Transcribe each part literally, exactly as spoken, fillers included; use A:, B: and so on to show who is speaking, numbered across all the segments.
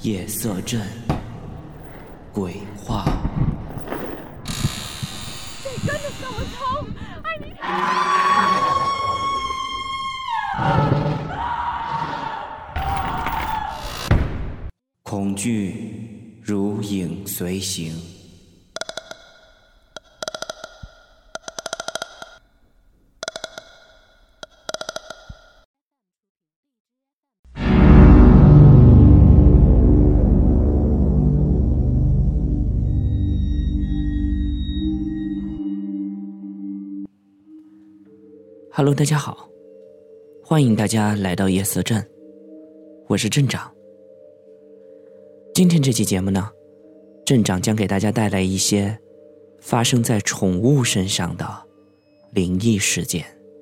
A: 夜色镇鬼话。
B: They goodness, someone's home! I need help!
A: 恐惧如影随形。Hello， 大家好，欢迎大家来到夜色镇，我是镇长。今天这期节目呢，镇长将给大家带来一些发生在宠物身上的灵异事件。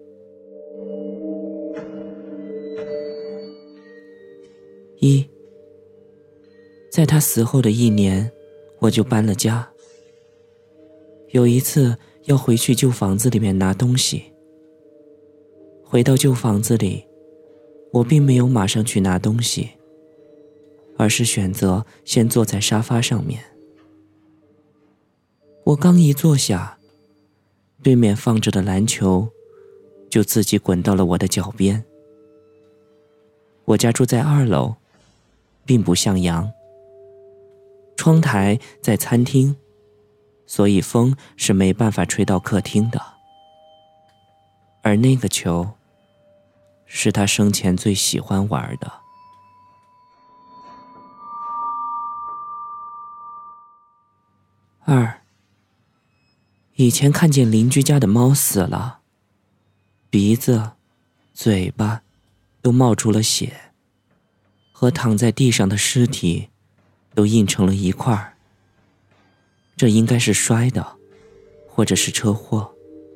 A: 一，在他死后的一年，我就搬了家。有一次要回去旧房子里面拿东西，回到旧房子里，我并没有马上去拿东西，而是选择先坐在沙发上面。我刚一坐下，对面放着的篮球就自己滚到了我的脚边。我家住在二楼，并不向阳，窗台在餐厅，所以风是没办法吹到客厅的。而那个球是他生前最喜欢玩的。二，以前看见邻居家的猫死了，鼻子、嘴巴都冒出了血，和躺在地上的尸体都印成了一块儿。这应该是摔的，或者是车祸。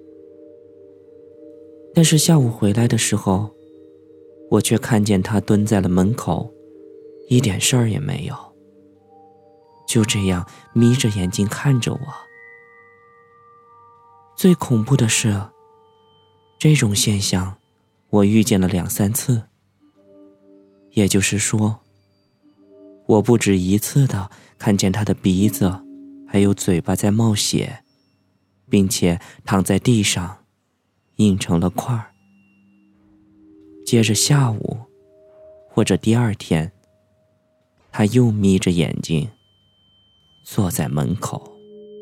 A: 但是下午回来的时候，我却看见他蹲在了门口，一点事儿也没有，就这样眯着眼睛看着我。最恐怖的是，这种现象我遇见了两三次，也就是说，我不止一次的看见他的鼻子还有嘴巴在冒血，并且躺在地上印成了块儿。接着下午或者第二天，他又眯着眼睛坐在门口。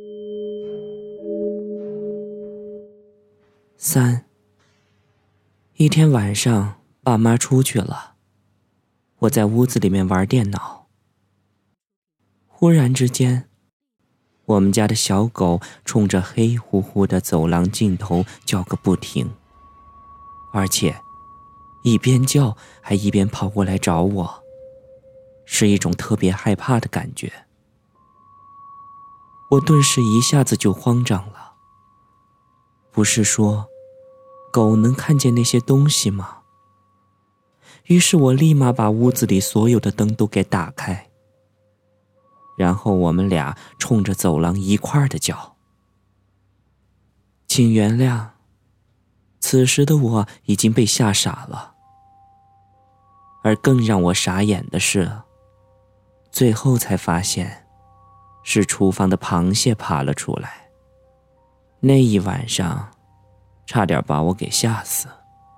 A: 三，一天晚上爸妈出去了，我在屋子里面玩电脑，忽然之间，我们家的小狗冲着黑乎乎的走廊尽头叫个不停，而且一边叫还一边跑过来找我，是一种特别害怕的感觉。我顿时一下子就慌张了。不是说狗能看见那些东西吗？于是我立马把屋子里所有的灯都给打开，然后我们俩冲着走廊一块儿的叫。请原谅，此时的我已经被吓傻了。而更让我傻眼的是，最后才发现是厨房的螃蟹爬了出来。那一晚上差点把我给吓死。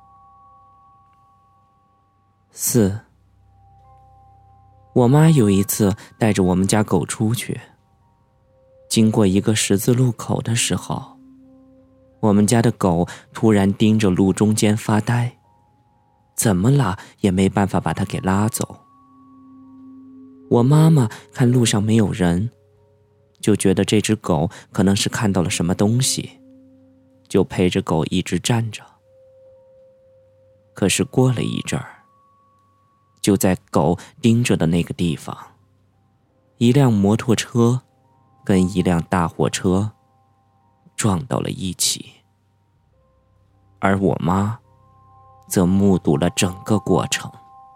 A: 四，我妈有一次带着我们家狗出去，经过一个十字路口的时候，我们家的狗突然盯着路中间发呆，怎么拉也没办法把它给拉走。我妈妈看路上没有人，就觉得这只狗可能是看到了什么东西，就陪着狗一直站着。可是过了一阵儿，就在狗盯着的那个地方，一辆摩托车跟一辆大货车撞到了一起，而我妈则目睹了整个过程。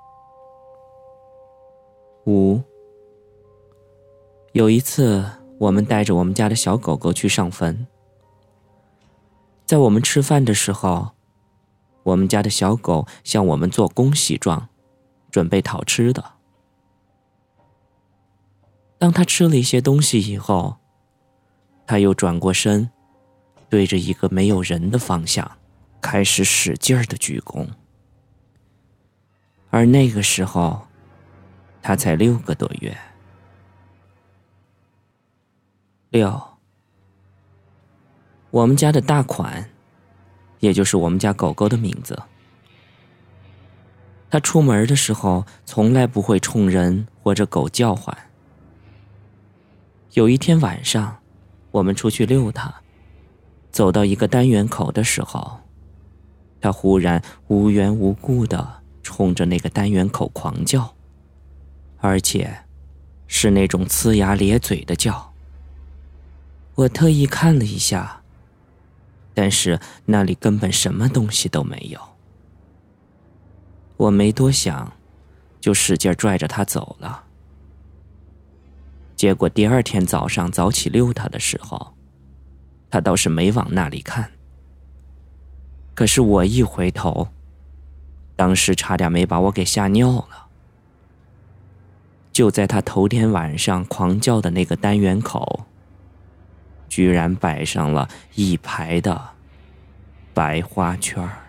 A: 五，有一次我们带着我们家的小狗狗去上坟，在我们吃饭的时候，我们家的小狗向我们做恭喜状，准备讨吃的。 当他吃了一些东西以后，他又转过身，对着一个没有人的方向开始使劲儿的鞠躬。而那个时候他才六个多月。六，我们家的大款，也就是我们家狗狗的名字。它出门的时候从来不会冲人或者狗叫唤。有一天晚上，我们出去遛它，走到一个单元口的时候，它忽然无缘无故地冲着那个单元口狂叫，而且是那种呲牙咧嘴的叫。我特意看了一下，但是那里根本什么东西都没有。我没多想，就使劲拽着它走了。结果第二天早上早起遛它的时候，它倒是没往那里看。可是我一回头，当时差点没把我给吓尿了。就在它头天晚上狂叫的那个单元口，居然摆上了一排的白花圈儿。